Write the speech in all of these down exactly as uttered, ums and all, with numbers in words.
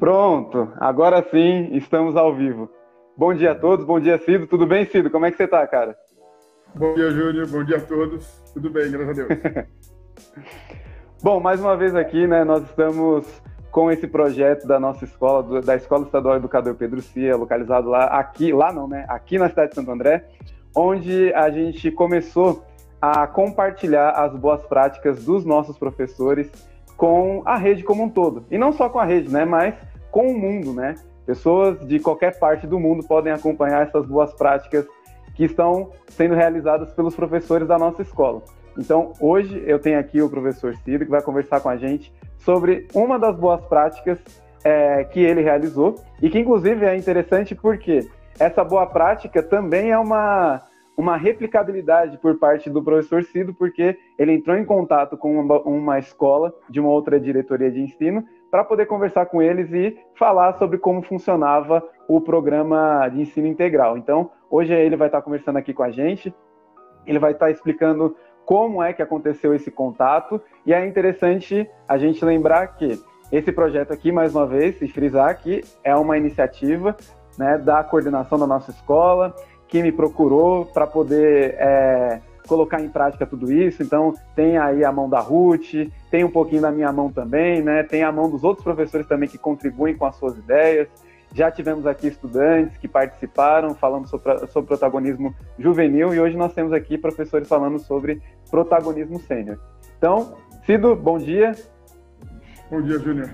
Pronto, agora sim estamos ao vivo. Bom dia a todos, bom dia Cido, tudo bem Cido? Como é que você tá, cara? Bom dia, Júnior, bom dia a todos, tudo bem, graças a Deus. Bom, mais uma vez aqui, né, nós estamos com esse projeto da nossa escola, da Escola Estadual Educador Pedro Cia, localizado lá, aqui, lá não, né, aqui na cidade de Santo André, onde a gente começou a compartilhar as boas práticas dos nossos professores com a rede como um todo. E não só com a rede, né, mas com o mundo, né? Pessoas de qualquer parte do mundo podem acompanhar essas boas práticas que estão sendo realizadas pelos professores da nossa escola. Então, hoje eu tenho aqui o professor Cido, que vai conversar com a gente sobre uma das boas práticas é, que ele realizou, e que inclusive é interessante porque essa boa prática também é uma, uma replicabilidade por parte do professor Cido, porque ele entrou em contato com uma, uma escola de uma outra diretoria de ensino para poder conversar com eles e falar sobre como funcionava o programa de ensino integral. Então, hoje ele vai estar conversando aqui com a gente, ele vai estar explicando como é que aconteceu esse contato, e é interessante a gente lembrar que esse projeto aqui, mais uma vez, e frisar que é uma iniciativa, né, da coordenação da nossa escola, que me procurou para poder é, colocar em prática tudo isso. Então tem aí a mão da Ruth, tem um pouquinho da minha mão também, né? Tem a mão dos outros professores também que contribuem com as suas ideias. Já tivemos aqui estudantes que participaram falando sobre, sobre protagonismo juvenil, e hoje nós temos aqui professores falando sobre protagonismo sênior. Então, Cido, bom dia. Bom dia, Júnior.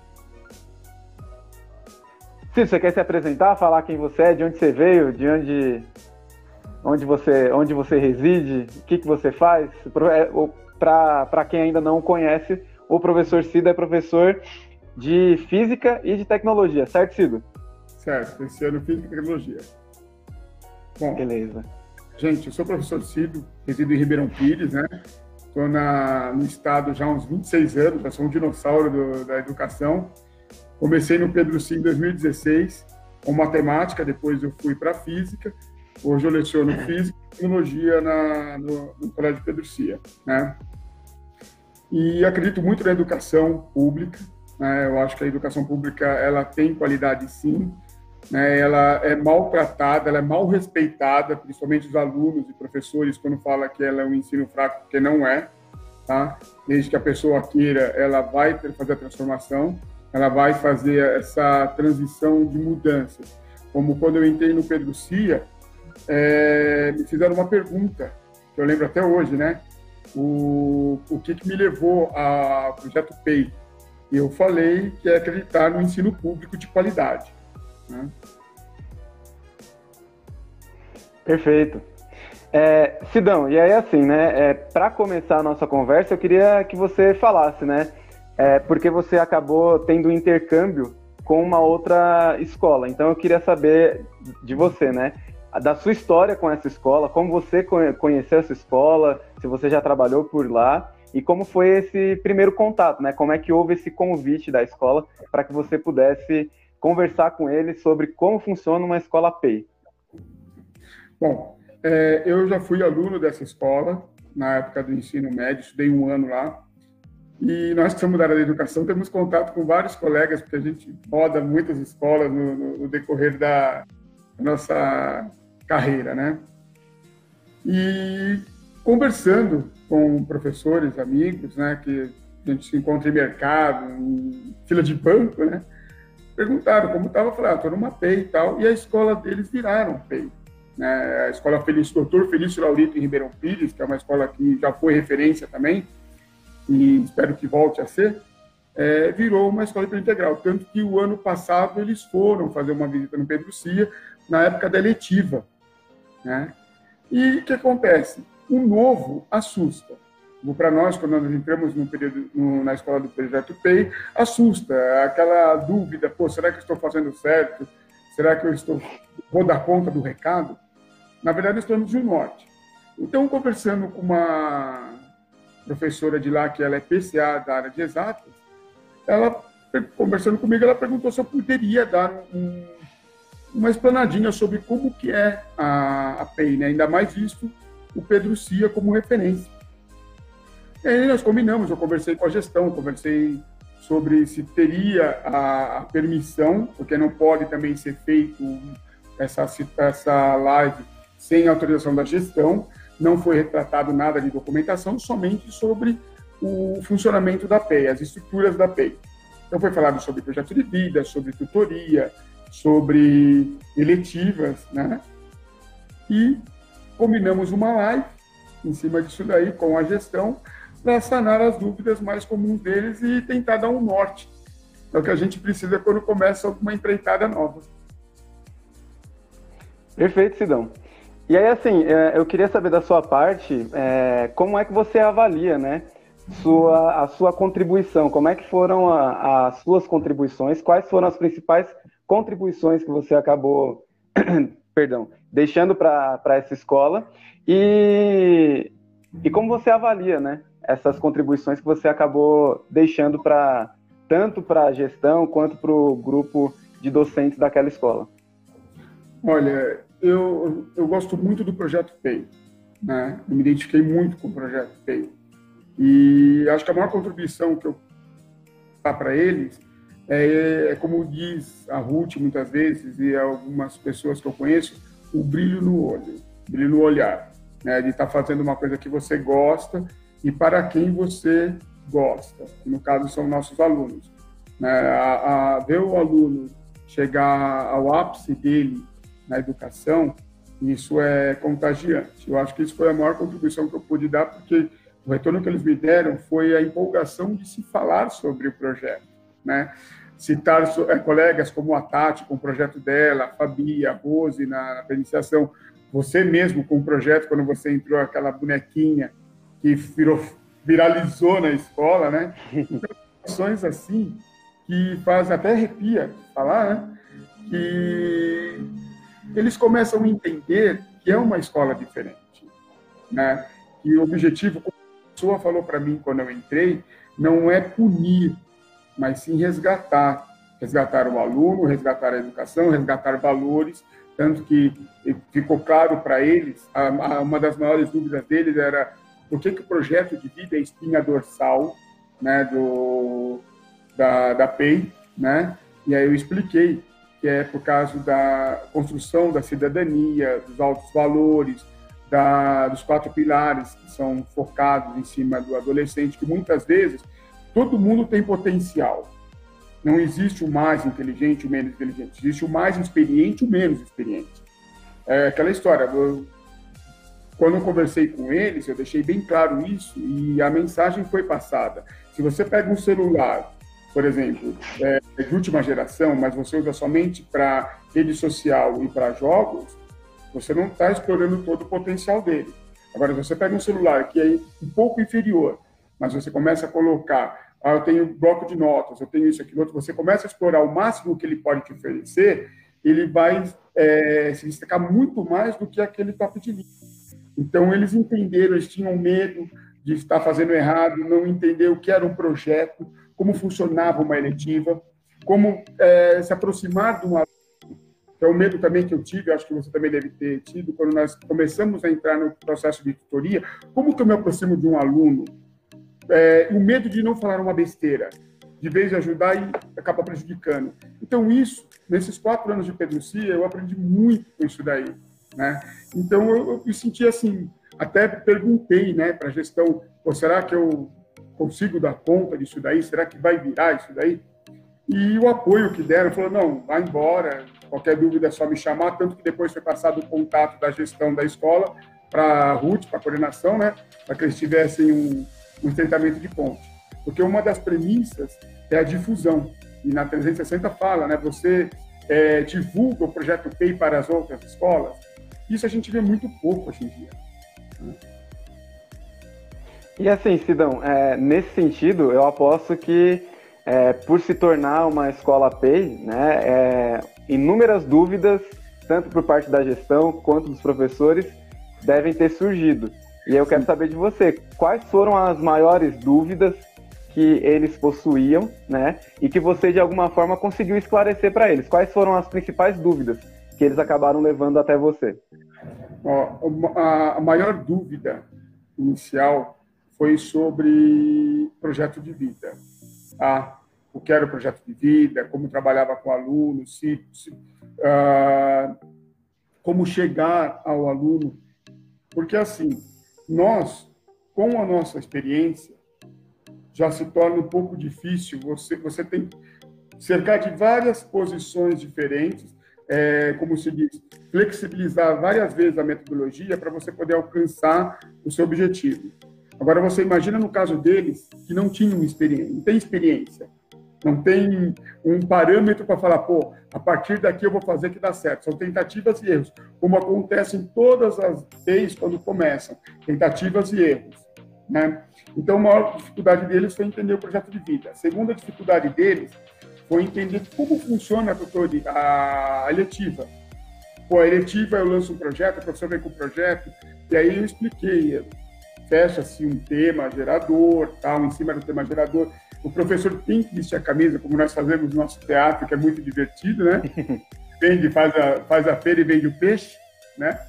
Cido, você quer se apresentar, falar quem você é, de onde você veio, de onde, onde, você, onde você reside, o que, que você faz? Para quem ainda não conhece, o professor Cido é professor de Física e de Tecnologia, certo, Cido? Certo, esse ano Física e Tecnologia. Bom, beleza. Gente, eu sou o professor Cido, resido em Ribeirão Pires, né? Estou no estado já há uns vinte e seis anos, já sou um dinossauro do, da educação. Comecei no Pedro Cia em dois mil e dezesseis, com matemática, depois eu fui para Física. Hoje eu leciono Física e Tecnologia na, no, no Colégio Pedro Cia, né? E acredito muito na educação pública. Eu acho que a educação pública ela tem qualidade, sim, né? Ela é maltratada, ela é mal respeitada, principalmente os alunos e professores, quando fala que ela é um ensino fraco, porque não é, tá? Desde que a pessoa queira, ela vai fazer a transformação, ela vai fazer essa transição de mudança. Como quando eu entrei no Pedro Cia, é, me fizeram uma pergunta, que eu lembro até hoje, né? O, o que, que me levou ao projeto P E I? E eu falei que é acreditar no ensino público de qualidade, né? Perfeito. É, Cidão, e aí assim, né, é, para começar a nossa conversa, eu queria que você falasse, né, é, porque você acabou tendo um intercâmbio com uma outra escola. Então eu queria saber de você, né, da sua história com essa escola, como você conheceu essa escola, se você já trabalhou por lá, e como foi esse primeiro contato, né? Como é que houve esse convite da escola para que você pudesse conversar com eles sobre como funciona uma escola P E I? Bom, é, eu já fui aluno dessa escola na época do ensino médio, estudei um ano lá, e nós que somos da área da educação temos contato com vários colegas, porque a gente roda muitas escolas no, no, no decorrer da nossa carreira, né? E conversando com professores, amigos, né, que a gente se encontra em mercado, em fila de banco, né, perguntaram como estava, eu falei, ah, estou numa P E I e tal, e a escola deles viraram P E I, né, a escola Felício, doutor Felício Laurito em Ribeirão Pires, que é uma escola que já foi referência também, e espero que volte a ser, é, virou uma escola integral, tanto que o ano passado eles foram fazer uma visita no Pedro Cia, na época da eletiva, né, e o que acontece? O novo assusta. Para nós, quando nós entramos no período, no, na escola do projeto P E I, assusta. Aquela dúvida, pô, será que eu estou fazendo certo? Será que eu estou, vou dar conta do recado? Na verdade, nós estamos no norte. Então, conversando com uma professora de lá, que ela é P C A da área de exatas, ela, conversando comigo, ela perguntou se eu poderia dar um, uma explanadinha sobre como que é a, a P E I, né? Ainda mais visto o Pedro Cia como referência. E aí nós combinamos, eu conversei com a gestão, conversei sobre se teria a, a permissão, porque não pode também ser feito essa, essa live sem autorização da gestão. Não foi retratado nada de documentação, somente sobre o funcionamento da P E I, as estruturas da P E I. Então foi falado sobre projeto de vida, sobre tutoria, sobre eletivas, né? E combinamos uma live em cima disso daí com a gestão para sanar as dúvidas mais comuns deles e tentar dar um norte. É o que a gente precisa quando começa uma empreitada nova. Perfeito, Sidão. E aí, assim, eu queria saber da sua parte, é, como é que você avalia, né, sua, a sua contribuição, como é que foram a, as suas contribuições, quais foram as principais contribuições que você acabou, perdão, deixando para essa escola, e, e como você avalia, né, essas contribuições que você acabou deixando para tanto para a gestão quanto para o grupo de docentes daquela escola. Olha, eu, eu gosto muito do projeto P E I, né? Eu me identifiquei muito com o projeto P E I. E acho que a maior contribuição que eu dá para eles é, é, como diz a Ruth muitas vezes e algumas pessoas que eu conheço, o brilho no olho, brilho no olhar, né? De estar fazendo uma coisa que você gosta e para quem você gosta, que no caso são nossos alunos, né? A, a, ver o aluno chegar ao ápice dele na educação, isso é contagiante. Eu acho que isso foi a maior contribuição que eu pude dar, porque o retorno que eles me deram foi a empolgação de se falar sobre o projeto, né? Citar é, colegas como a Tati, com o projeto dela, a Fabi, a Rose, na, na iniciação, você mesmo com o projeto, quando você entrou, aquela bonequinha que virou, viralizou na escola, né? Então, ações assim, que faz até arrepia falar, né? Que eles começam a entender que é uma escola diferente, né? E o objetivo, como a pessoa falou para mim quando eu entrei, não é punir, mas sim resgatar. Resgatar o aluno, resgatar a educação, resgatar valores, tanto que ficou claro para eles, a, a, uma das maiores dúvidas deles era por que, que o projeto de vida é a espinha dorsal, né, do, da, da P E I, né? E aí eu expliquei que é por causa da construção da cidadania, dos altos valores, da, dos quatro pilares que são focados em cima do adolescente, que muitas vezes todo mundo tem potencial. Não existe o mais inteligente e o menos inteligente, existe o mais experiente e o menos experiente. É aquela história, eu, quando eu conversei com eles, eu deixei bem claro isso e a mensagem foi passada. Se você pega um celular, por exemplo, é, de última geração, mas você usa somente para rede social e para jogos, você não está explorando todo o potencial dele. Agora, se você pega um celular que é um pouco inferior, mas você começa a colocar, ah, eu tenho bloco de notas, eu tenho isso, aquilo outro, você começa a explorar o máximo que ele pode te oferecer, ele vai é, se destacar muito mais do que aquele top de linha. Então, eles entenderam, eles tinham medo de estar fazendo errado, não entender o que era um projeto, como funcionava uma eletiva, como é, se aproximar de um aluno. Que é o medo também que eu tive, acho que você também deve ter tido, quando nós começamos a entrar no processo de tutoria, como que eu me aproximo de um aluno? É, o medo de não falar uma besteira, de vez de ajudar e acaba prejudicando. Então, isso, nesses quatro anos de Pedrucia, eu aprendi muito com isso daí, né? Então, eu, eu me senti assim, até perguntei, né, para a gestão, pô, será que eu consigo dar conta disso daí? Será que vai virar isso daí? E o apoio que deram, falou, não, vai embora, qualquer dúvida é só me chamar, tanto que depois foi passado o contato da gestão da escola para a Ruth, para a coordenação, né, para que eles tivessem um, um estreitamento de ponte. Porque uma das premissas é a difusão. E na trezentos e sessenta fala, né, você é, divulga o projeto P E I para as outras escolas. Isso a gente vê muito pouco hoje em dia. Né? E assim, Sidão, é, nesse sentido, eu aposto que é, por se tornar uma escola P E I, né, é, inúmeras dúvidas, tanto por parte da gestão quanto dos professores, devem ter surgido. E eu quero saber de você, quais foram as maiores dúvidas que eles possuíam, né, e que você, de alguma forma, conseguiu esclarecer para eles? Quais foram as principais dúvidas que eles acabaram levando até você? Ó, a maior dúvida inicial foi sobre projeto de vida. Tá? o que era o projeto de vida, como trabalhava com alunos, se, se, uh, como chegar ao aluno. Porque, assim, nós, com a nossa experiência, já se torna um pouco difícil. Você, você tem que cercar de várias posições diferentes, é, como se diz, flexibilizar várias vezes a metodologia para você poder alcançar o seu objetivo. Agora, você imagina no caso deles, que não tinham experiência, não tem experiência, não tem um parâmetro para falar, pô, a partir daqui eu vou fazer que dá certo. São tentativas e erros, como acontece em todas as vezes quando começam, tentativas e erros, né? Então, a maior dificuldade deles foi entender o projeto de vida. A segunda dificuldade deles foi entender como funciona a tutoria, a eletiva. Pô, a eletiva, eu lanço um projeto, o professor vem com o projeto, e aí eu expliquei, fecha-se um tema gerador, tal, em cima do tema gerador. O professor tem que vestir a camisa, como nós fazemos no nosso teatro, que é muito divertido, né? Vende, faz a, faz a feira e vende o peixe, né?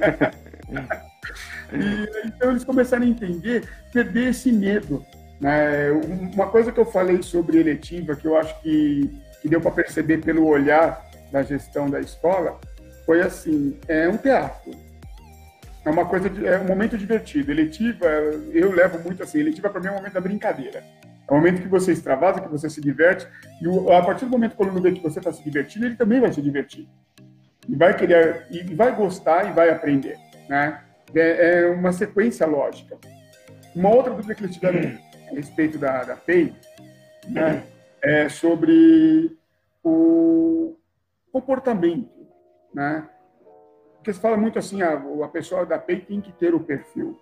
E, então, eles começaram a entender, perder esse medo, né? Uma coisa que eu falei sobre eletiva, que eu acho que, que deu para perceber pelo olhar da gestão da escola, foi assim, é um teatro. É uma coisa, de, é um momento divertido. Eletiva, eu levo muito assim, eletiva para mim é um momento da brincadeira. É um momento que você extravasa, que você se diverte, e o, a partir do momento que o aluno vê que você está se divertindo, ele também vai se divertir. E vai querer, e vai gostar e vai aprender, né? É, é uma sequência lógica. Uma outra dúvida que eles tiveram a respeito da, da P E I, né, é sobre o comportamento, né? Porque se fala muito assim, a, a pessoa da P E I tem que ter o perfil.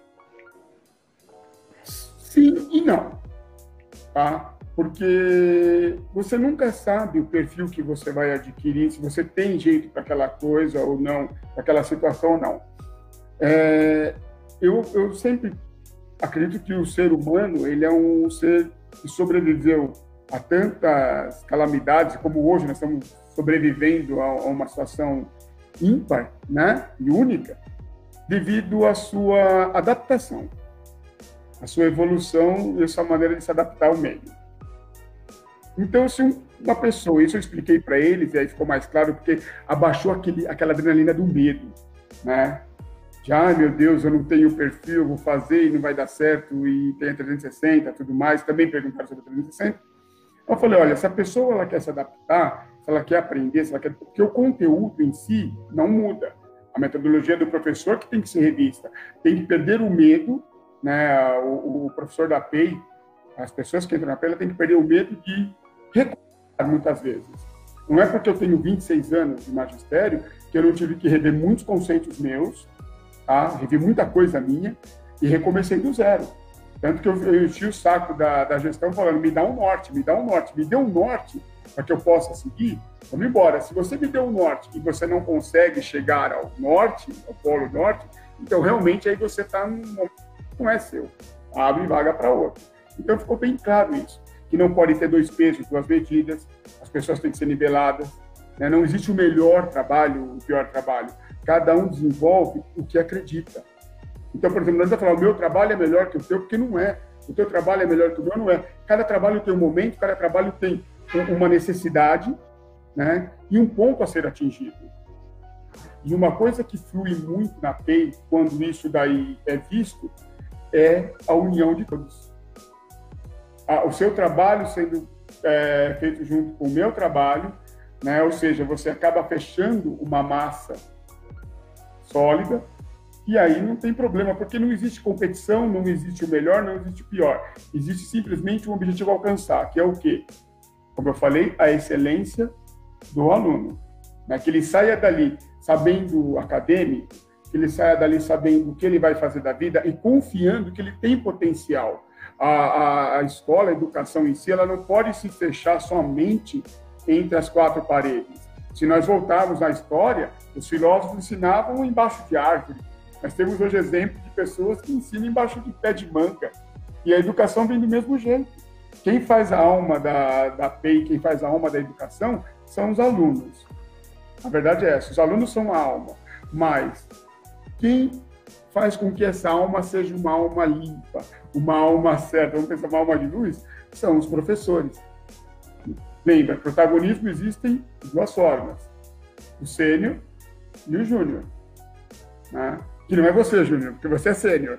Sim e não, tá? Porque você nunca sabe o perfil que você vai adquirir, se você tem jeito para aquela coisa ou não, para aquela situação ou não. É, eu, eu sempre acredito que o ser humano, ele é um ser que sobreviveu a tantas calamidades, como hoje nós estamos sobrevivendo a, a uma situação ímpar, né, e única, devido à sua adaptação, à sua evolução e à sua maneira de se adaptar ao meio. Então, se uma pessoa, isso eu expliquei para eles, e aí ficou mais claro, porque abaixou aquele, aquela adrenalina do medo, né? De, ai, meu Deus, eu não tenho perfil, eu vou fazer e não vai dar certo, e tem a trezentos e sessenta, tudo mais. Também perguntaram sobre a trezentos e sessenta. Eu falei, olha, se a pessoa ela quer se adaptar, se ela quer aprender, se ela quer... porque o conteúdo em si não muda. A metodologia do professor que tem que ser revista. Tem que perder o medo, né? O, o professor da P E I, as pessoas que entram na P E I, tem que perder o medo de recordar muitas vezes. Não é porque eu tenho vinte e seis anos de magistério que eu não tive que rever muitos conceitos meus, tá? Revi muita coisa minha e recomecei do zero. Tanto que eu, eu enchi o saco da, da gestão falando, me dá um norte, me dá um norte, me dê um norte para que eu possa seguir, vamos embora. Se você me deu um norte e você não consegue chegar ao norte, ao polo norte, então realmente aí você está num momento que não é seu. Abre vaga para outro. Então ficou bem claro isso, que não pode ter dois pesos, duas medidas, as pessoas têm que ser niveladas, né? Não existe o melhor trabalho, o pior trabalho. Cada um desenvolve o que acredita. Então, por exemplo, não adianta falar, o meu trabalho é melhor que o teu, porque não é. O teu trabalho é melhor que o meu, não é. Cada trabalho tem um momento, cada trabalho tem uma necessidade, né? E um ponto a ser atingido. E uma coisa que flui muito na P E I, quando isso daí é visto, é a união de todos. O seu trabalho sendo é, feito junto com o meu trabalho, né? Ou seja, você acaba fechando uma massa sólida, e aí não tem problema, porque não existe competição, não existe o melhor, não existe o pior. Existe simplesmente um objetivo a alcançar, que é o quê? Como eu falei, a excelência do aluno. Né? Que ele saia dali sabendo acadêmico, que ele saia dali sabendo o que ele vai fazer da vida e confiando que ele tem potencial. A, a, a escola, a educação em si, ela não pode se fechar somente entre as quatro paredes. Se nós voltarmos à história, os filósofos ensinavam embaixo de árvore. Nós temos hoje exemplos de pessoas que ensinam embaixo de pé de manga. E a educação vem do mesmo jeito. Quem faz a alma da, da P E I, quem faz a alma da educação, são os alunos. A verdade é essa, os alunos são a alma. Mas quem faz com que essa alma seja uma alma limpa, uma alma certa, vamos pensar uma alma de luz, são os professores. Lembra, protagonismo existem de duas formas, o sênior e o júnior. Né? Que não é você, Júnior, porque você é sênior.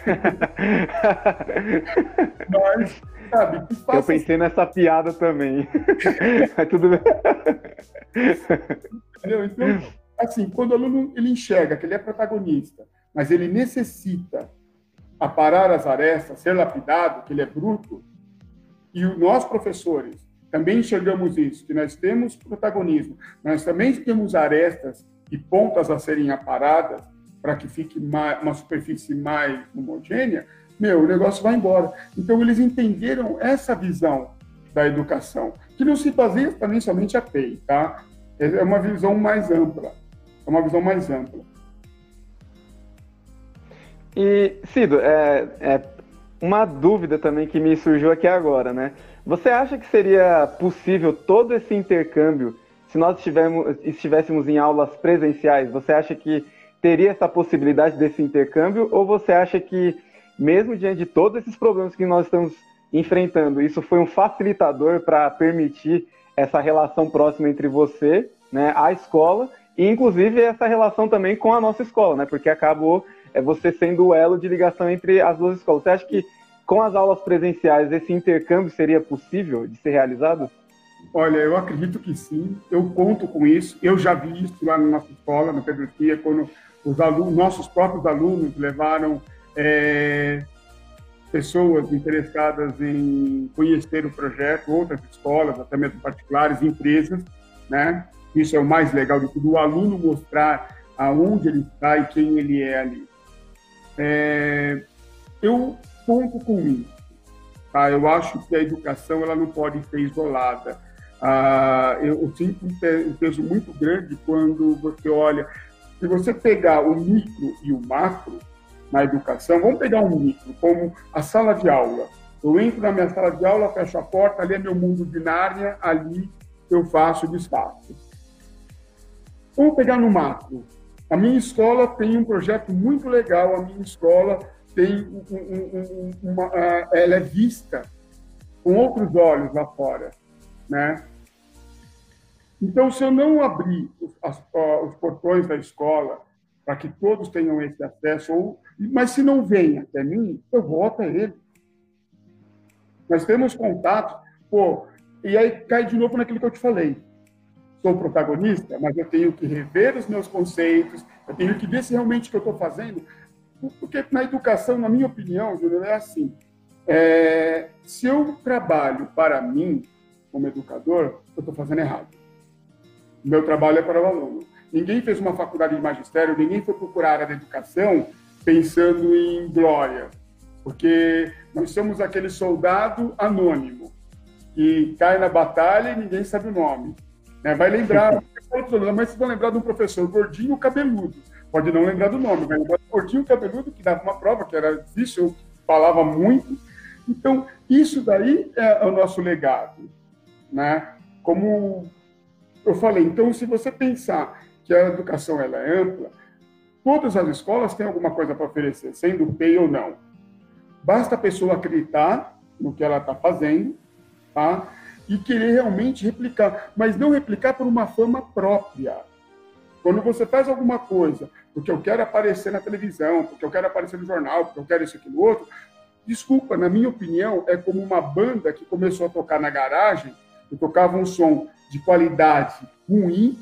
Mas, sabe, que faça... Eu pensei nessa piada também. Mas tudo bem. Entendeu? Então, assim, quando o aluno ele enxerga que ele é protagonista, mas ele necessita aparar as arestas, ser lapidado, que ele é bruto, e nós, professores, também enxergamos isso, que nós temos protagonismo, nós também temos arestas e pontas a serem aparadas, para que fique mais, uma superfície mais homogênea, meu, o negócio vai embora. Então, eles entenderam essa visão da educação, que não se baseia também somente a P E I, tá? É uma visão mais ampla. É uma visão mais ampla. E, Cido, é, é uma dúvida também que me surgiu aqui agora, né? Você acha que seria possível todo esse intercâmbio se nós estivéssemos em aulas presenciais? Você acha que teria essa possibilidade desse intercâmbio, ou você acha que, mesmo diante de todos esses problemas que nós estamos enfrentando, isso foi um facilitador para permitir essa relação próxima entre você, né, a escola, e inclusive essa relação também com a nossa escola, né, porque acabou é, você sendo o elo de ligação entre as duas escolas. Você acha que com as aulas presenciais esse intercâmbio seria possível de ser realizado? Olha, eu acredito que sim, eu conto com isso, eu já vi isso lá na nossa escola, na Pedro Tia, quando os alunos, nossos próprios alunos levaram é, pessoas interessadas em conhecer o projeto, outras escolas, até mesmo particulares, empresas, né? Isso é o mais legal de tudo, o aluno mostrar aonde ele está e quem ele é ali. É, eu conto com isso, tá? Eu acho que a educação ela não pode ser isolada. Ah, eu, eu sinto um peso muito grande quando você olha. Se você pegar o micro e o macro na educação, vamos pegar um micro, como a sala de aula. Eu entro na minha sala de aula, fecho a porta, ali é meu mundo de Nárnia, ali eu faço desfaço. Vamos pegar no macro. A minha escola tem um projeto muito legal, a minha escola tem um, um, um, uma, ela é vista com outros olhos lá fora, né? Então, se eu não abrir os, as, os portões da escola para que todos tenham esse acesso, ou, mas se não vem até mim, eu vou até ele. Nós temos contato, pô, e aí cai de novo naquilo que eu te falei. Sou protagonista, mas eu tenho que rever os meus conceitos, eu tenho que ver se realmente o que eu estou fazendo. Porque na educação, na minha opinião, Júnior, é assim. É, se eu trabalho para mim, como educador, eu estou fazendo errado. O meu trabalho é para o aluno. Ninguém fez uma faculdade de magistério, ninguém foi procurar a área da educação pensando em glória. Porque nós somos aquele soldado anônimo que cai na batalha e ninguém sabe o nome. Né? Vai lembrar, mas vocês vão lembrar de um professor gordinho cabeludo. Pode não lembrar do nome, vai lembrar do gordinho cabeludo que dava uma prova, que era difícil, eu falava muito. Então, isso daí é o nosso legado. Né? Como eu falei, então, se você pensar que a educação ela é ampla, todas as escolas têm alguma coisa para oferecer, sendo P E I ou não. Basta a pessoa acreditar no que ela está fazendo, tá? E querer realmente replicar, mas não replicar por uma fama própria. Quando você faz alguma coisa, porque eu quero aparecer na televisão, porque eu quero aparecer no jornal, porque eu quero isso, aquilo, outro, desculpa, na minha opinião, é como uma banda que começou a tocar na garagem, e tocava um som de qualidade ruim,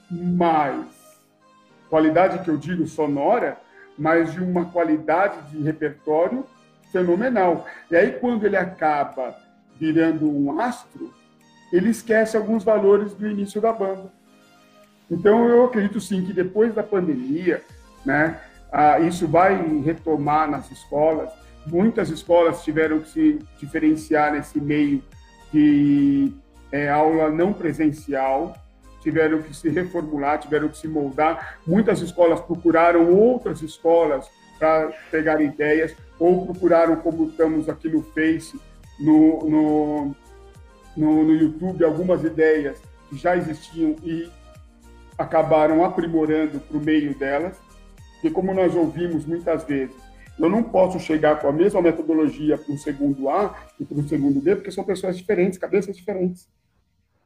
mas qualidade que eu digo sonora, mas de uma qualidade de repertório fenomenal. E aí, quando ele acaba virando um astro, ele esquece alguns valores do início da banda. Então, eu acredito sim que depois da pandemia, né, ah, isso vai retomar nas escolas. Muitas escolas tiveram que se diferenciar nesse meio de é, aula não presencial, tiveram que se reformular, tiveram que se moldar. Muitas escolas procuraram outras escolas para pegar ideias, ou procuraram, como estamos aqui no Face, no, no, no, no YouTube, algumas ideias que já existiam e acabaram aprimorando para o meio delas. E como nós ouvimos muitas vezes, eu não posso chegar com a mesma metodologia para o segundo A e para o segundo B, porque são pessoas diferentes, cabeças diferentes.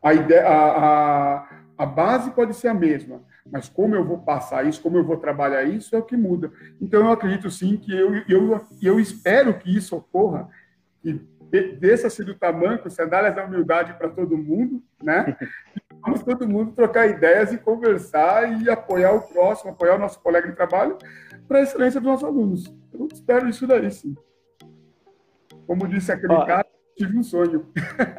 A, ideia, a, a, a base pode ser a mesma, mas como eu vou passar isso, como eu vou trabalhar isso, é o que muda. Então, eu acredito, sim, que eu, eu, eu espero que isso ocorra, que desça-se do tamanco, sandálias da humildade para todo mundo, né? Vamos todo mundo trocar ideias e conversar e apoiar o próximo, apoiar o nosso colega de trabalho para a excelência dos nossos alunos. Eu espero isso daí, sim. Como disse aquele Ó. cara, tive um sonho.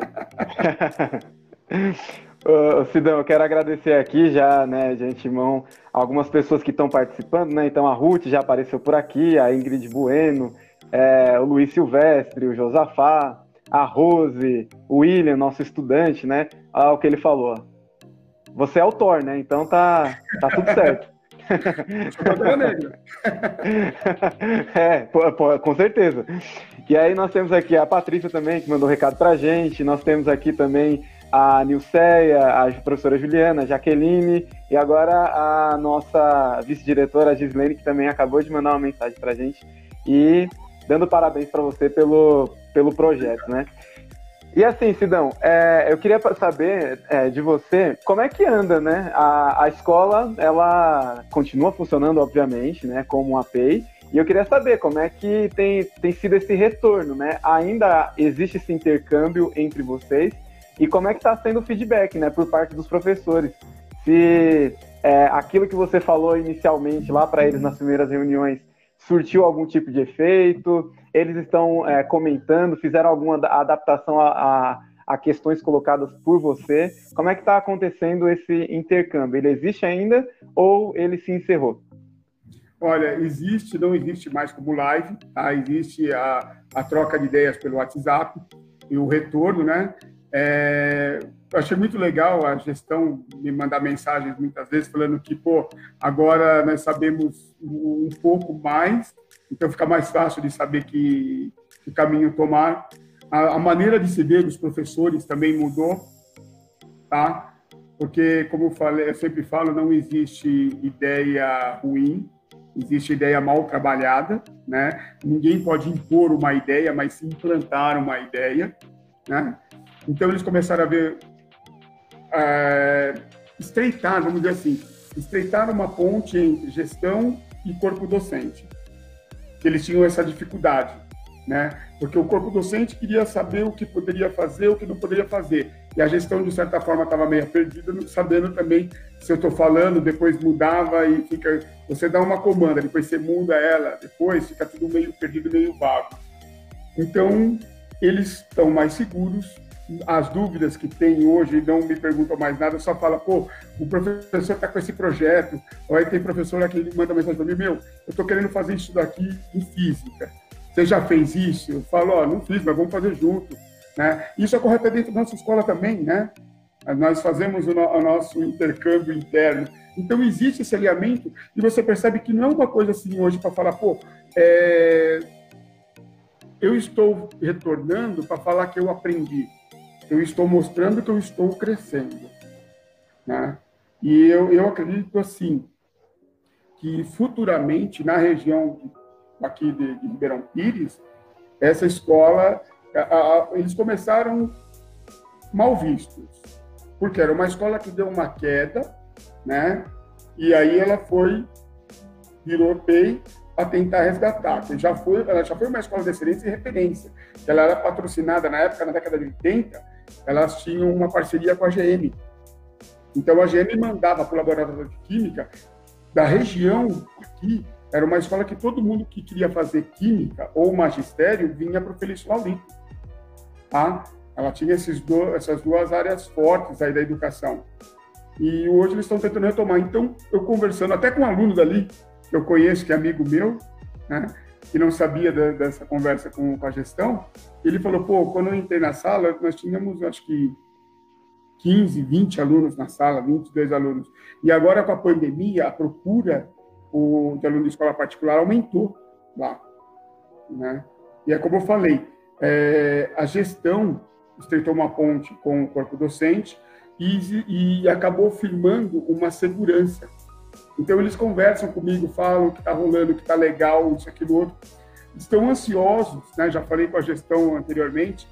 Ô, Sidão, eu quero agradecer aqui já, né, de antemão, algumas pessoas que estão participando, né? Então a Ruth já apareceu por aqui, a Ingrid Bueno, é, o Luiz Silvestre, o Josafá, a Rose, o William, nosso estudante, né? Olha o que ele falou. Você é autor, né? Então tá, tá tudo certo. É, pô, pô, com certeza. E aí nós temos aqui a Patrícia também, que mandou um recado pra gente. Nós temos aqui também a Nilceia, a professora Juliana, a Jaqueline e agora a nossa vice-diretora, a Gislene, que também acabou de mandar uma mensagem pra gente e dando parabéns para você pelo, pelo projeto, né? E assim, Sidão, é, eu queria saber é, de você como é que anda, né? A, a escola, ela continua funcionando, obviamente, né? Como a P E I, e eu queria saber como é que tem, tem sido esse retorno, né? Ainda existe esse intercâmbio entre vocês e como é que está sendo o feedback, né? Por parte dos professores. Se é, aquilo que você falou inicialmente lá para eles nas primeiras reuniões surtiu algum tipo de efeito, eles estão é, comentando, fizeram alguma adaptação a, a, a questões colocadas por você. Como é que está acontecendo esse intercâmbio? Ele existe ainda ou ele se encerrou? Olha, existe, não existe mais como live, tá? Existe a, a troca de ideias pelo WhatsApp e o retorno, né? É, eu achei muito legal a gestão me mandar mensagens muitas vezes falando que, pô, agora nós sabemos um pouco mais, então fica mais fácil de saber que, que caminho tomar. A, a maneira de se ver dos professores também mudou, tá? Porque, como eu, falei, eu sempre falo, não existe ideia ruim, existe ideia mal trabalhada, né? Ninguém pode impor uma ideia, mas sim implantar uma ideia, né? Então, eles começaram a ver, é, estreitar, vamos dizer assim, estreitar uma ponte entre gestão e corpo docente. Que eles tinham essa dificuldade, né? Porque o corpo docente queria saber o que poderia fazer, o que não poderia fazer. E a gestão, de certa forma, estava meio perdida, não sabendo também se eu estou falando, depois mudava e fica... Você dá uma comanda, depois você muda ela, depois fica tudo meio perdido, meio vago. Então, eles estão mais seguros. As dúvidas que tem hoje não me perguntam mais nada, só fala, pô, o professor está com esse projeto, ou aí tem professor aqui que manda mensagem para mim, meu, eu estou querendo fazer isso daqui em física, você já fez isso? Eu falo, ó, oh, não fiz, mas vamos fazer junto, né? Isso ocorre até dentro da nossa escola também, né? Nós fazemos o, no, o nosso intercâmbio interno, então existe esse alinhamento e você percebe que não é uma coisa assim hoje para falar, pô, é... eu estou retornando para falar que eu aprendi. Eu estou mostrando que eu estou crescendo, né? E eu, eu acredito, assim, que futuramente, na região aqui de, de Ribeirão Pires, essa escola, a, a, eles começaram mal vistos, porque era uma escola que deu uma queda, né? E aí ela foi, virou P E I, para tentar resgatar. Já foi, ela já foi uma escola de excelência e referência. Ela era patrocinada, na época, na década de oitenta, elas tinham uma parceria com a G M. Então, a G M mandava para o laboratório de química da região aqui. Era uma escola que todo mundo que queria fazer química ou magistério vinha para o Felício Laurito. Tá? Ela tinha esses do, essas duas áreas fortes aí da educação. E hoje eles estão tentando retomar. Então, eu conversando até com um aluno dali, que eu conheço, que é amigo meu, né, que não sabia da, dessa conversa com, com a gestão, ele falou, pô, quando eu entrei na sala, nós tínhamos, acho que, quinze, vinte alunos na sala, vinte e dois alunos. E agora, com a pandemia, a procura o, de aluno de escola particular aumentou lá, né? E é como eu falei, é, a gestão estreitou uma ponte com o corpo docente e, e acabou firmando uma segurança. Então, eles conversam comigo, falam que está rolando, que está legal, isso, aquilo, outro. Estão ansiosos, né? Já falei com a gestão anteriormente,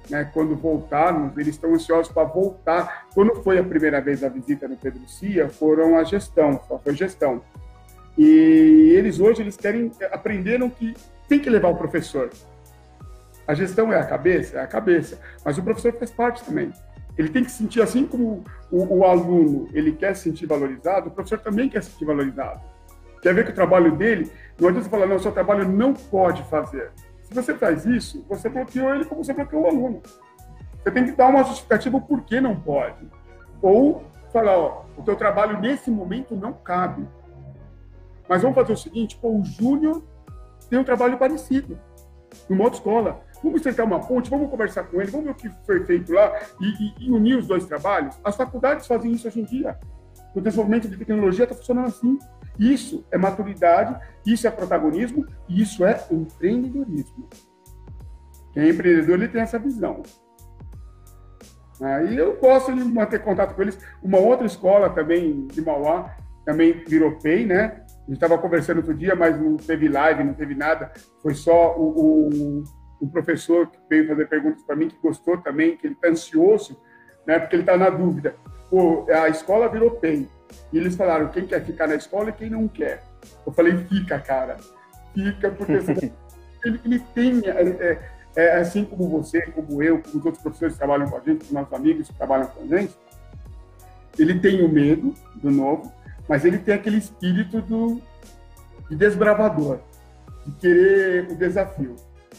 né, quando voltarmos, eles estão ansiosos para voltar. Quando foi a primeira vez a visita no Pedro Cia, foram a gestão, só foi gestão. E eles hoje eles querem, aprenderam que tem que levar o professor. A gestão é a cabeça? É a cabeça, mas o professor faz parte também. Ele tem que sentir, assim como o, o aluno ele quer se sentir valorizado, o professor também quer se sentir valorizado. Quer ver que o trabalho dele, não adianta você falar, não, o seu trabalho não pode fazer. Se você faz isso, você bloqueou ele como você bloqueou o aluno. Você tem que dar uma justificativa por que não pode. Ou falar, ó, o teu trabalho nesse momento não cabe. Mas vamos fazer o seguinte, pô, o Júnior tem um trabalho parecido, numa outra escola. Vamos sentar uma ponte, vamos conversar com ele, vamos ver o que foi feito lá e, e, e unir os dois trabalhos. As faculdades fazem isso hoje em dia. O desenvolvimento de tecnologia está funcionando assim. Isso é maturidade, isso é protagonismo e isso é empreendedorismo. Quem é empreendedor, ele tem essa visão. Aí eu gosto de manter contato com eles. Uma outra escola também de Mauá, também virou P E I, né? A gente estava conversando outro dia, mas não teve live, não teve nada. Foi só o, o, o professor que veio fazer perguntas para mim, que gostou também, que ele está ansioso, né? Porque ele está na dúvida. Pô, a escola virou P E I. E eles falaram, quem quer ficar na escola e quem não quer. Eu falei, fica, cara. Fica, porque ele, ele tem... É, é, assim como você, como eu, como os outros professores que trabalham com a gente, os nossos amigos que trabalham com a gente, ele tem o medo do novo, mas ele tem aquele espírito do, de desbravador, de querer o desafio.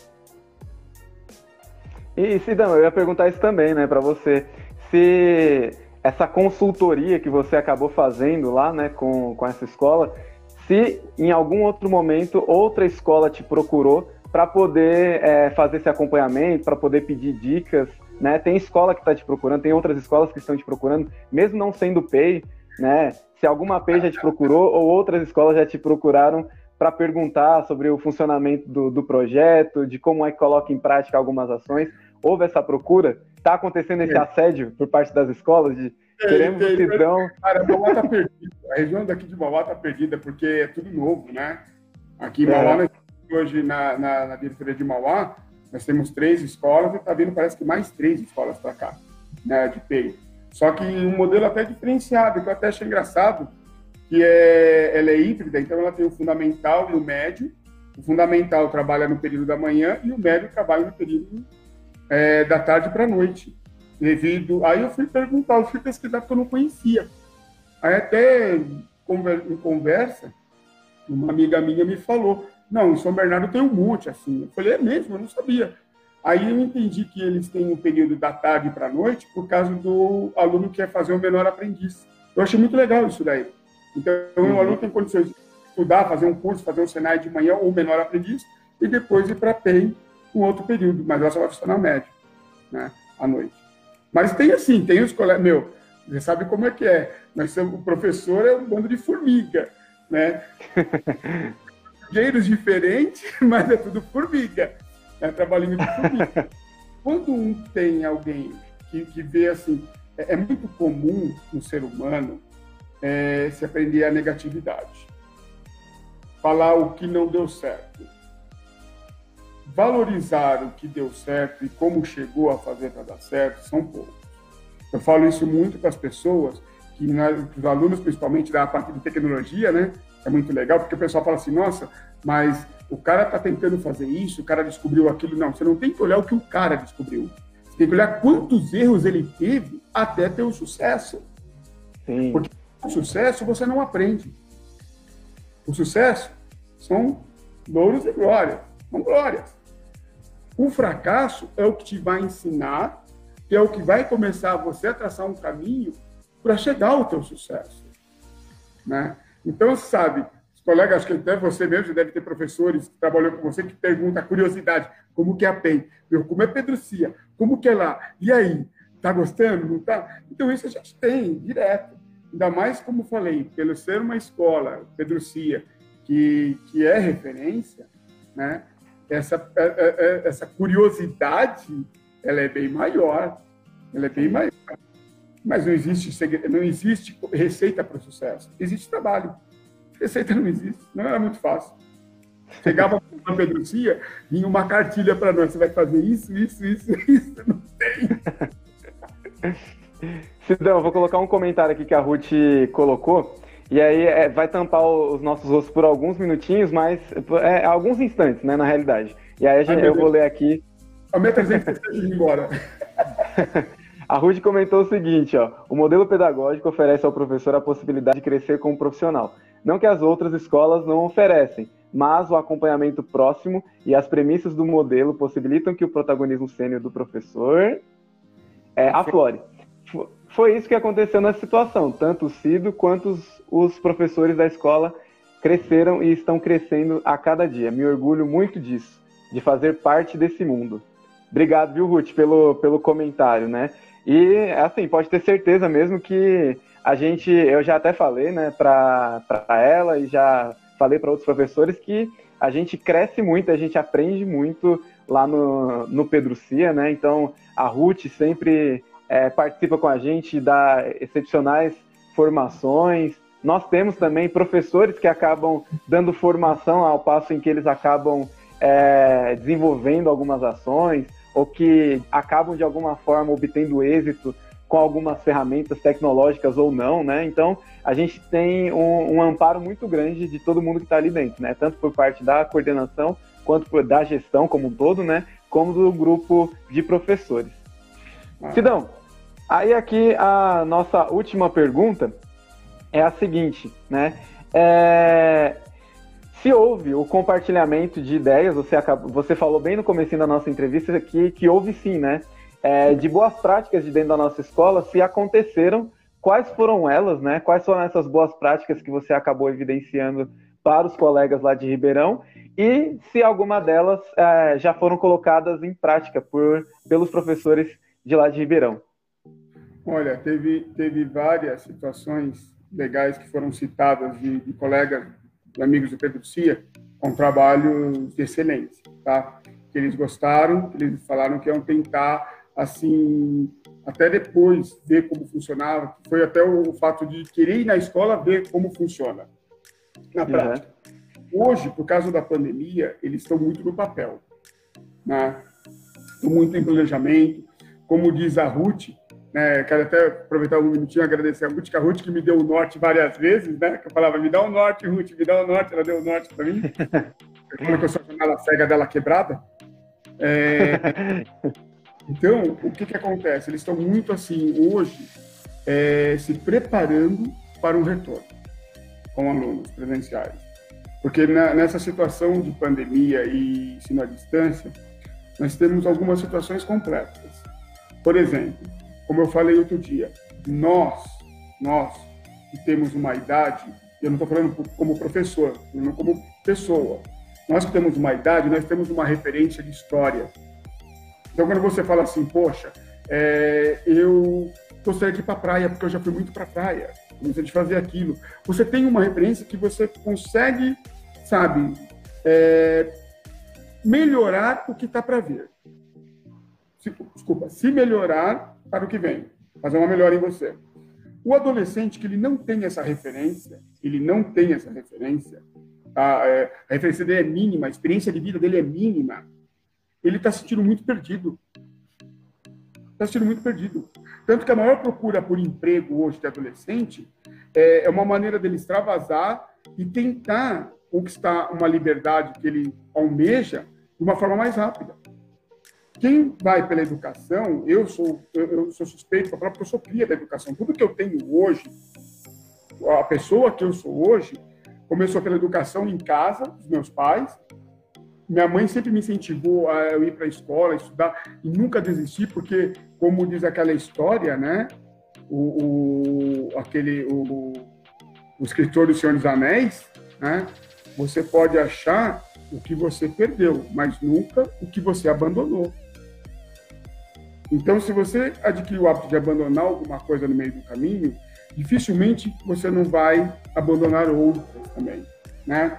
E, Sidão, eu ia perguntar isso também, né, para você. Se essa consultoria que você acabou fazendo lá, né, com, com essa escola, se em algum outro momento outra escola te procurou para poder é, fazer esse acompanhamento, para poder pedir dicas, né? Tem escola que está te procurando, tem outras escolas que estão te procurando, mesmo não sendo P E I, né? Se alguma P E I já te procurou ou outras escolas já te procuraram para perguntar sobre o funcionamento do, do projeto, de como é que coloca em prática algumas ações, houve essa procura? Está acontecendo esse assédio por parte das escolas de é, queremos o Sidão? Cara, Mauá está perdida. A região daqui de Mauá está perdida porque é tudo novo, né? Aqui em Mauá, é. Hoje na, na, na diretoria de Mauá, nós temos três escolas e está vindo, parece que mais três escolas para cá, né, de P E I. Só que um modelo até diferenciado, que eu até achei engraçado, que é, ela é híbrida, então ela tem o fundamental e o médio. O fundamental trabalha no período da manhã e o médio trabalha no período é, da tarde para a noite. Devido... Aí eu fui perguntar, eu fui pesquisar porque eu não conhecia. Aí até em conversa, uma amiga minha me falou, não, em São Bernardo tem um monte assim. Eu falei, é mesmo? Eu não sabia. Aí eu entendi que eles têm um período da tarde para a noite por causa do aluno que quer fazer o menor aprendiz. Eu achei muito legal isso daí. Então, uhum. O aluno tem condições de estudar, fazer um curso, fazer um Senai de manhã ou menor aprendiz e depois ir para P E I um outro período, mas ela só vai funcionar médio, né, à noite. Mas tem assim, tem os colegas... Meu, você sabe como é que é. Nós somos, o professor é um bando de formiga, né? Jeiros diferentes, mas é tudo formiga. É trabalhinho de formiga. Quando um tem alguém que, que vê assim, é, é muito comum no ser humano é, se aprender a negatividade. Falar o que não deu certo. Valorizar o que deu certo e como chegou a fazer para dar certo são poucos. Eu falo isso muito para as pessoas, que nós, os alunos, principalmente da parte de tecnologia, né? É muito legal, porque o pessoal fala assim, nossa, mas o cara está tentando fazer isso, o cara descobriu aquilo. Não, você não tem que olhar o que o cara descobriu. Você tem que olhar quantos erros ele teve até ter o sucesso. Sim. Porque o sucesso você não aprende. O sucesso são louros e glórias, são glórias. O fracasso é o que te vai ensinar, que é o que vai começar você a traçar um caminho para chegar ao teu sucesso, né? Então, sabe, os colegas, acho que até você mesmo deve ter professores que trabalham com você que perguntam a curiosidade, como que é a P E I? Como é Pedro Cia? Como que é lá? E aí? Tá gostando? Não tá? Então, isso a gente tem, direto. Ainda mais, como falei, pelo ser uma escola, Pedro Cia, que, que é referência, né? Essa, essa curiosidade, ela é bem maior. Ela é bem maior. Mas não existe, não existe receita para o sucesso. Existe trabalho. Receita não existe. Não era muito fácil. Chegava na Pedro Cia, vinha uma cartilha para nós, você vai fazer isso, isso, isso, isso, não tem. Sidão, eu vou colocar um comentário aqui que a Ruth colocou, e aí é, vai tampar os nossos rostos por alguns minutinhos, mas é, alguns instantes, né, na realidade. E aí a gente, Ai, eu vou ler aqui. Aumenta trezentos por cento e ir embora. A Ruth comentou o seguinte, ó, o modelo pedagógico oferece ao professor a possibilidade de crescer como profissional. Não que as outras escolas não oferecem, mas o acompanhamento próximo e as premissas do modelo possibilitam que o protagonismo sênior do professor é, aflore. Foi isso que aconteceu nessa situação. Tanto o Cido quanto os, os professores da escola cresceram e estão crescendo a cada dia. Me orgulho muito disso, de fazer parte desse mundo. Obrigado, viu, Ruth, pelo, pelo comentário, né? E, assim, pode ter certeza mesmo que a gente, eu já até falei, né, para ela e já falei para outros professores que a gente cresce muito, a gente aprende muito lá no, no Pedro Cia, né? Então, a Ruth sempre é, participa com a gente, dá excepcionais formações. Nós temos também professores que acabam dando formação ao passo em que eles acabam é, desenvolvendo algumas ações ou que acabam, de alguma forma, obtendo êxito com algumas ferramentas tecnológicas ou não, né? Então, a gente tem um, um amparo muito grande de todo mundo que está ali dentro, né? Tanto por parte da coordenação, quanto por, da gestão como um todo, né? Como do grupo de professores. Ah. Sidão, aí aqui a nossa última pergunta é a seguinte, né? É... Se houve o compartilhamento de ideias, você, acabou, você falou bem no comecinho da nossa entrevista que, que houve sim, né? É, de boas práticas de dentro da nossa escola, se aconteceram, quais foram elas, né? Quais foram essas boas práticas que você acabou evidenciando para os colegas lá de Ribeirão e se alguma delas é, já foram colocadas em prática por, pelos professores de lá de Ribeirão? Olha, teve, teve várias situações legais que foram citadas de, de colegas, de amigos do Pedro Cia, com trabalhos de excelência, tá? Que eles gostaram, que eles falaram que iam tentar, assim, até depois ver como funcionava, foi até o, o fato de querer ir na escola ver como funciona na prática. Uhum. Hoje, por causa da pandemia, eles estão muito no papel, né? Estão muito em planejamento, como diz a Ruth, né? Quero até aproveitar um minutinho e agradecer a Ruth, que a Ruth que me deu o norte várias vezes, né? Que eu falava, me dá o norte, Ruth, me dá o norte, ela deu o norte para mim. Eu falo que eu sou a janela cega dela quebrada. É... Então, o que que acontece? Eles estão muito assim, hoje, é, se preparando para um retorno com alunos presenciais. Porque na, nessa situação de pandemia e ensino à distância, nós temos algumas situações complexas. Por exemplo, como eu falei outro dia, nós, nós que temos uma idade, eu não estou falando como professor, não como pessoa, nós que temos uma idade, nós temos uma referência de história. Então, quando você fala assim, poxa, é, eu gostaria de ir para a praia, porque eu já fui muito para a praia, eu gostaria de fazer aquilo. Você tem uma referência que você consegue, sabe, é, melhorar o que está para ver. Se, desculpa, se melhorar para o que vem, fazer uma melhora em você. O adolescente que ele não tem essa referência, ele não tem essa referência, a, a referência dele é mínima, a experiência de vida dele é mínima, ele está se sentindo muito perdido. Está se sentindo muito perdido. Tanto que a maior procura por emprego hoje de adolescente é, é uma maneira dele extravasar e tentar conquistar uma liberdade que ele almeja de uma forma mais rápida. Quem vai pela educação, eu sou, eu, eu sou suspeito para falar porque eu sou cria da educação. Tudo que eu tenho hoje, a pessoa que eu sou hoje, começou pela educação em casa, dos meus pais. Minha mãe sempre me incentivou a eu ir para a escola, estudar, e nunca desistir, porque, como diz aquela história, né? O, o, aquele, o, o escritor do Senhor dos Anéis, né? Você pode achar o que você perdeu, mas nunca o que você abandonou. Então, se você adquirir o hábito de abandonar alguma coisa no meio do caminho, dificilmente você não vai abandonar outras também, né?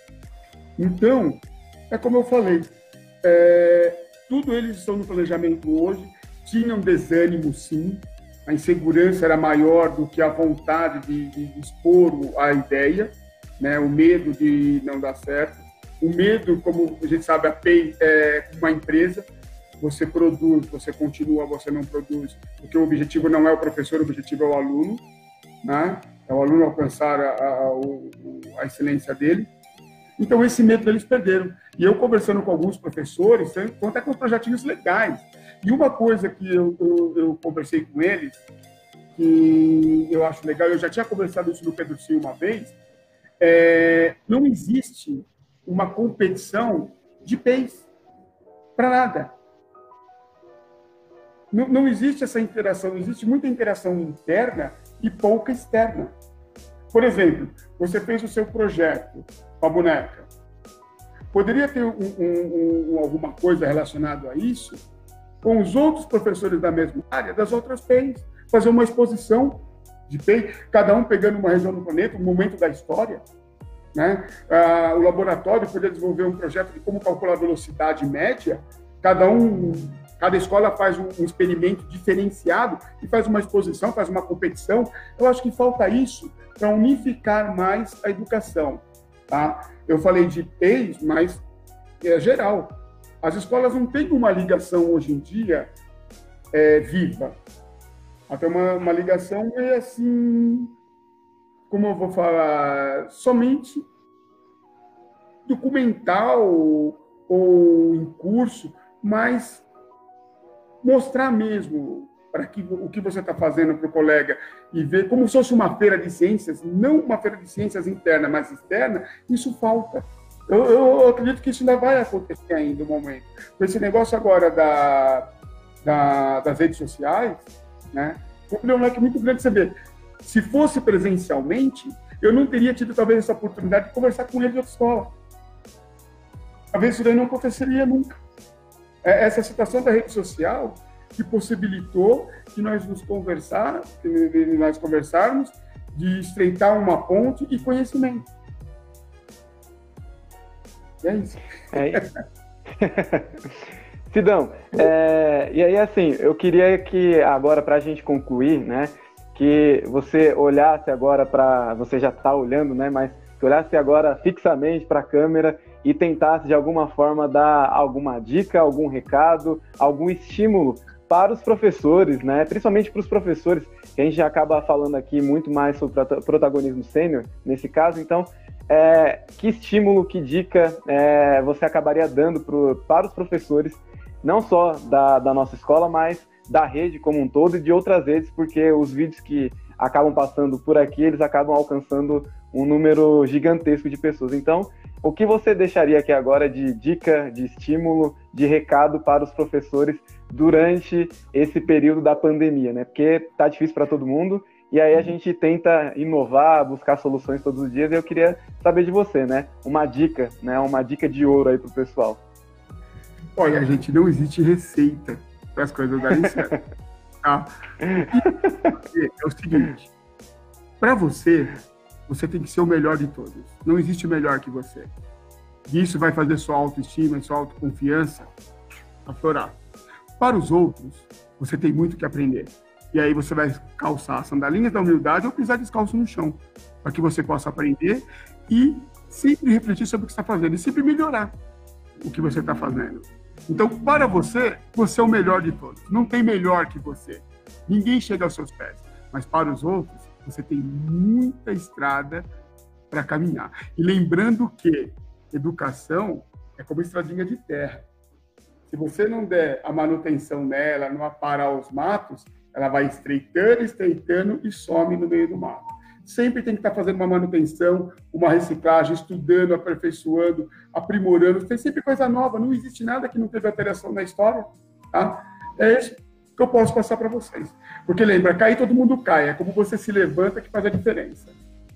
Então, é como eu falei, é, tudo eles estão no planejamento hoje, tinham desânimo sim, a insegurança era maior do que a vontade de, de expor a ideia, né, o medo de não dar certo, O medo, como a gente sabe, a P E I é uma empresa, você produz, você continua, você não produz, porque o objetivo não é o professor, o objetivo é o aluno, né? É o aluno alcançar a, a, a excelência dele. Então, esse medo eles perderam. E eu, conversando com alguns professores, estão até com projetinhos legais. E uma coisa que eu, eu, eu conversei com eles, que eu acho legal, eu já tinha conversado isso no Pedro Sil uma vez, é, não existe uma competição de P E Is para nada. Não, não existe essa interação, existe muita interação interna e pouca externa. Por exemplo, você fez o seu projeto com a boneca. Poderia ter um, um, um, alguma coisa relacionada a isso com os outros professores da mesma área, das outras P E Is. Fazer uma exposição de P E I, cada um pegando uma região do planeta, um momento da história. Né? Ah, o laboratório poderia desenvolver um projeto de como calcular a velocidade média. Cada um, cada escola faz um, um experimento diferenciado e faz uma exposição, faz uma competição. Eu acho que falta isso para unificar mais a educação. Tá? Eu falei de P E Is, mas é geral. As escolas não têm uma ligação hoje em dia é, viva. Até uma, uma ligação é assim, como eu vou falar, somente documental ou em curso, mas mostrar mesmo para que, o que você está fazendo para o colega e ver como se fosse uma feira de ciências, não uma feira de ciências interna, mas externa, isso falta. Eu, eu acredito que isso ainda vai acontecer ainda no momento. Com esse negócio agora da, da, das redes sociais, né? Um leque muito grande, você vê. Se fosse presencialmente, eu não teria tido talvez essa oportunidade de conversar com ele de outra escola. Talvez isso daí não aconteceria nunca. É essa situação da rede social que possibilitou que nós nos conversar, que nós conversarmos, de estreitar uma ponte e conhecimento. E é isso. É. Sidão, é, e aí assim, eu queria que agora, para a gente concluir, né, que você olhasse agora para, você já está olhando, né, mas que olhasse agora fixamente para a câmera e tentasse de alguma forma dar alguma dica, algum recado, algum estímulo para os professores, né, principalmente para os professores, que a gente já acaba falando aqui muito mais sobre protagonismo sênior, nesse caso, então, é, que estímulo, que dica é, você acabaria dando pro, para os professores, não só da, da nossa escola, mas da rede como um todo e de outras redes, porque os vídeos que acabam passando por aqui, eles acabam alcançando um número gigantesco de pessoas. Então, o que você deixaria aqui agora de dica, de estímulo, de recado para os professores durante esse período da pandemia, né? Porque tá difícil para todo mundo, e aí a gente tenta inovar, buscar soluções todos os dias, e eu queria saber de você, né? Uma dica, né? Uma dica de ouro aí pro pessoal. Olha, gente, não existe receita para as coisas darem certo. Tá? E é o seguinte, para você, você tem que ser o melhor de todos. Não existe melhor que você. E isso vai fazer sua autoestima e sua autoconfiança aflorar. Para os outros, você tem muito que aprender. E aí você vai calçar as sandalinhas da humildade ou pisar descalço no chão, para que você possa aprender e sempre refletir sobre o que você está fazendo e sempre melhorar o que você está fazendo. Então, para você, você é o melhor de todos. Não tem melhor que você. Ninguém chega aos seus pés. Mas para os outros, você tem muita estrada para caminhar. E lembrando que educação é como estradinha de terra. Se você não der a manutenção nela, não aparar os matos, ela vai estreitando, estreitando e some no meio do mato. Sempre tem que estar fazendo uma manutenção, uma reciclagem, estudando, aperfeiçoando, aprimorando. Tem sempre coisa nova, não existe nada que não teve alteração na história. Tá? É isso que eu posso passar para vocês. Porque lembra, cair todo mundo cai, é como você se levanta que faz a diferença.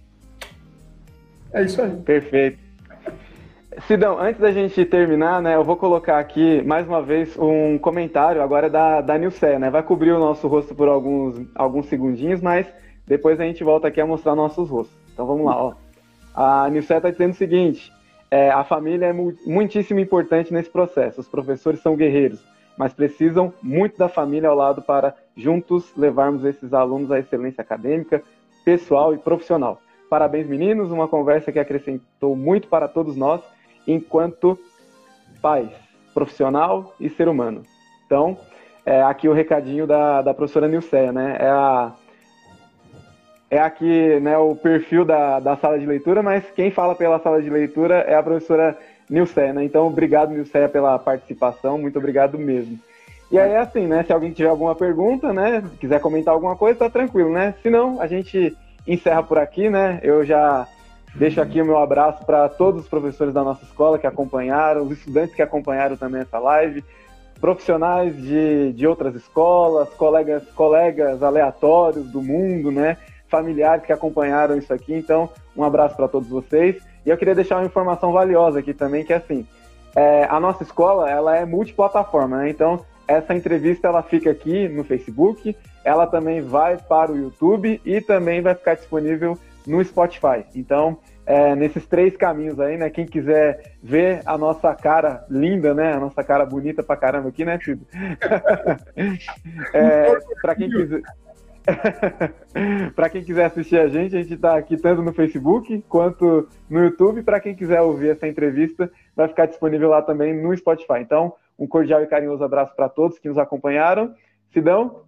É isso aí. Perfeito. Sidão, antes da gente terminar, né, eu vou colocar aqui, mais uma vez, um comentário agora da, da Nilce, né? Vai cobrir o nosso rosto por alguns, alguns segundinhos, mas depois a gente volta aqui a mostrar nossos rostos. Então vamos lá, ó. A Nilce está dizendo o seguinte, é, a família é mu- muitíssimo importante nesse processo. Os professores são guerreiros, mas precisam muito da família ao lado para juntos levarmos esses alunos à excelência acadêmica, pessoal e profissional. Parabéns, meninos, uma conversa que acrescentou muito para todos nós enquanto pais, profissional e ser humano. Então, é aqui o recadinho da, da professora Nilceia, né? É, a, é aqui, né, o perfil da, da sala de leitura, mas quem fala pela sala de leitura é a professora Nilceia, né? Então, obrigado, Nilceia, pela participação, muito obrigado mesmo. E aí, assim, né, se alguém tiver alguma pergunta, né, quiser comentar alguma coisa, tá tranquilo, né? Se não, a gente encerra por aqui, né? Eu já deixo aqui o meu abraço para todos os professores da nossa escola que acompanharam, os estudantes que acompanharam também essa live, profissionais de, de outras escolas, colegas, colegas aleatórios do mundo, né? Familiares que acompanharam isso aqui. Então, um abraço para todos vocês. E eu queria deixar uma informação valiosa aqui também, que é assim, é, a nossa escola, ela é multiplataforma, né? Então, essa entrevista, ela fica aqui no Facebook, ela também vai para o YouTube e também vai ficar disponível no Spotify. Então, é, nesses três caminhos aí, né? Quem quiser ver a nossa cara linda, né? A nossa cara bonita pra caramba aqui, né, Tido? é, para quem quiser... Para quem quiser assistir a gente, a gente está aqui tanto no Facebook quanto no YouTube. Para quem quiser ouvir essa entrevista, vai ficar disponível lá também no Spotify. Então, um cordial e carinhoso abraço para todos que nos acompanharam. Sidão?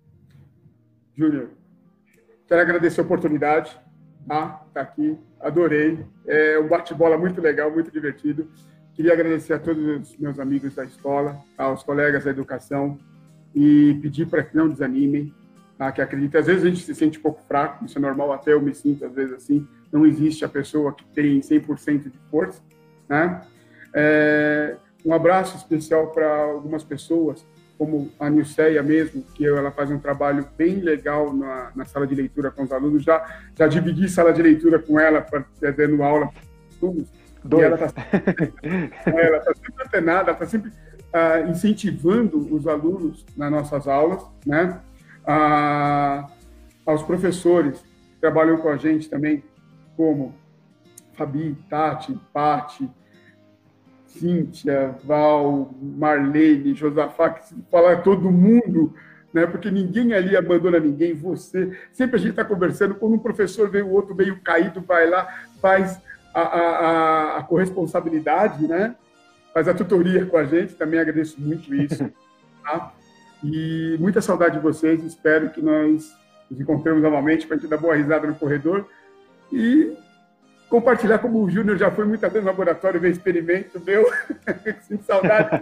Júnior, quero agradecer a oportunidade, tá? Tá aqui, adorei. É um bate-bola muito legal, muito divertido. Queria agradecer a todos os meus amigos da escola, aos colegas da educação e pedir para que não desanimem. Tá, que acredita, às vezes a gente se sente um pouco fraco, isso é normal, até eu me sinto às vezes assim, não existe a pessoa que tem cem por cento de força, né? É, um abraço especial para algumas pessoas, como a Nilceia mesmo, que ela faz um trabalho bem legal na, na sala de leitura com os alunos, já, já dividi sala de leitura com ela, pra, dando aula para os alunos, e ela está ela tá sempre antenada, está sempre uh, incentivando os alunos nas nossas aulas, né? Ah, aos professores que trabalham com a gente também, como Fabi, Tati, Pati, Cíntia, Val, Marlene, Josafá, que se falar todo mundo, né, porque ninguém ali abandona ninguém, você, sempre a gente está conversando, quando um professor vem, o outro meio caído, vai lá, faz a, a, a corresponsabilidade, né, faz a tutoria com a gente, também agradeço muito isso, tá? E muita saudade de vocês, espero que nós nos encontremos novamente para a gente dar boa risada no corredor e compartilhar, como o Júnior já foi muitas vezes no laboratório ver experimento meu, sinto saudade.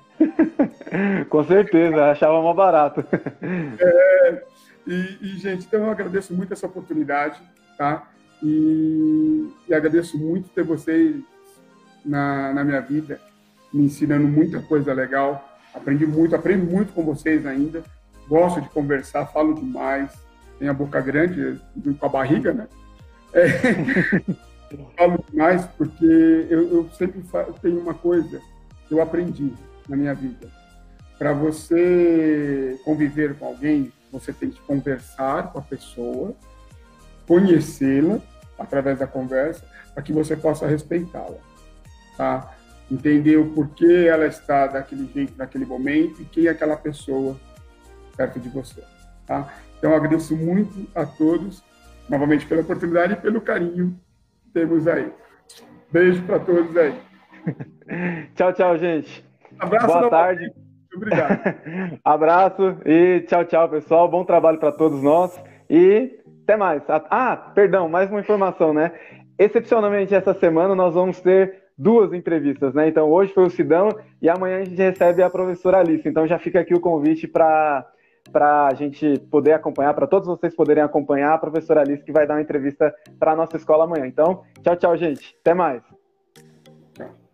Com certeza, achava mó barato. É, e, e, gente, então eu agradeço muito essa oportunidade, tá? E, e agradeço muito ter vocês na, na minha vida, me ensinando muita coisa legal. Aprendi muito, aprendo muito com vocês ainda. Gosto de conversar, falo demais. Tenho a boca grande, com a barriga, né? É, falo demais porque eu, eu sempre falo, tenho uma coisa que eu aprendi na minha vida. Para você conviver com alguém, você tem que conversar com a pessoa, conhecê-la através da conversa, para que você possa respeitá-la, tá? Entender o porquê ela está daquele jeito, naquele momento, e quem é aquela pessoa perto de você, tá? Então, agradeço muito a todos, novamente, pela oportunidade e pelo carinho que temos aí. Beijo para todos aí. Tchau, tchau, gente. Abraço. Boa tarde. Obrigado. Abraço e tchau, tchau, pessoal. Bom trabalho para todos nós e até mais. Ah, perdão, mais uma informação, né? Excepcionalmente, essa semana nós vamos ter duas entrevistas, né? Então, hoje foi o Sidão e amanhã a gente recebe a professora Alice. Então, já fica aqui o convite para para a gente poder acompanhar, para todos vocês poderem acompanhar a professora Alice, que vai dar uma entrevista para a nossa escola amanhã. Então, tchau, tchau, gente. Até mais. Tchau.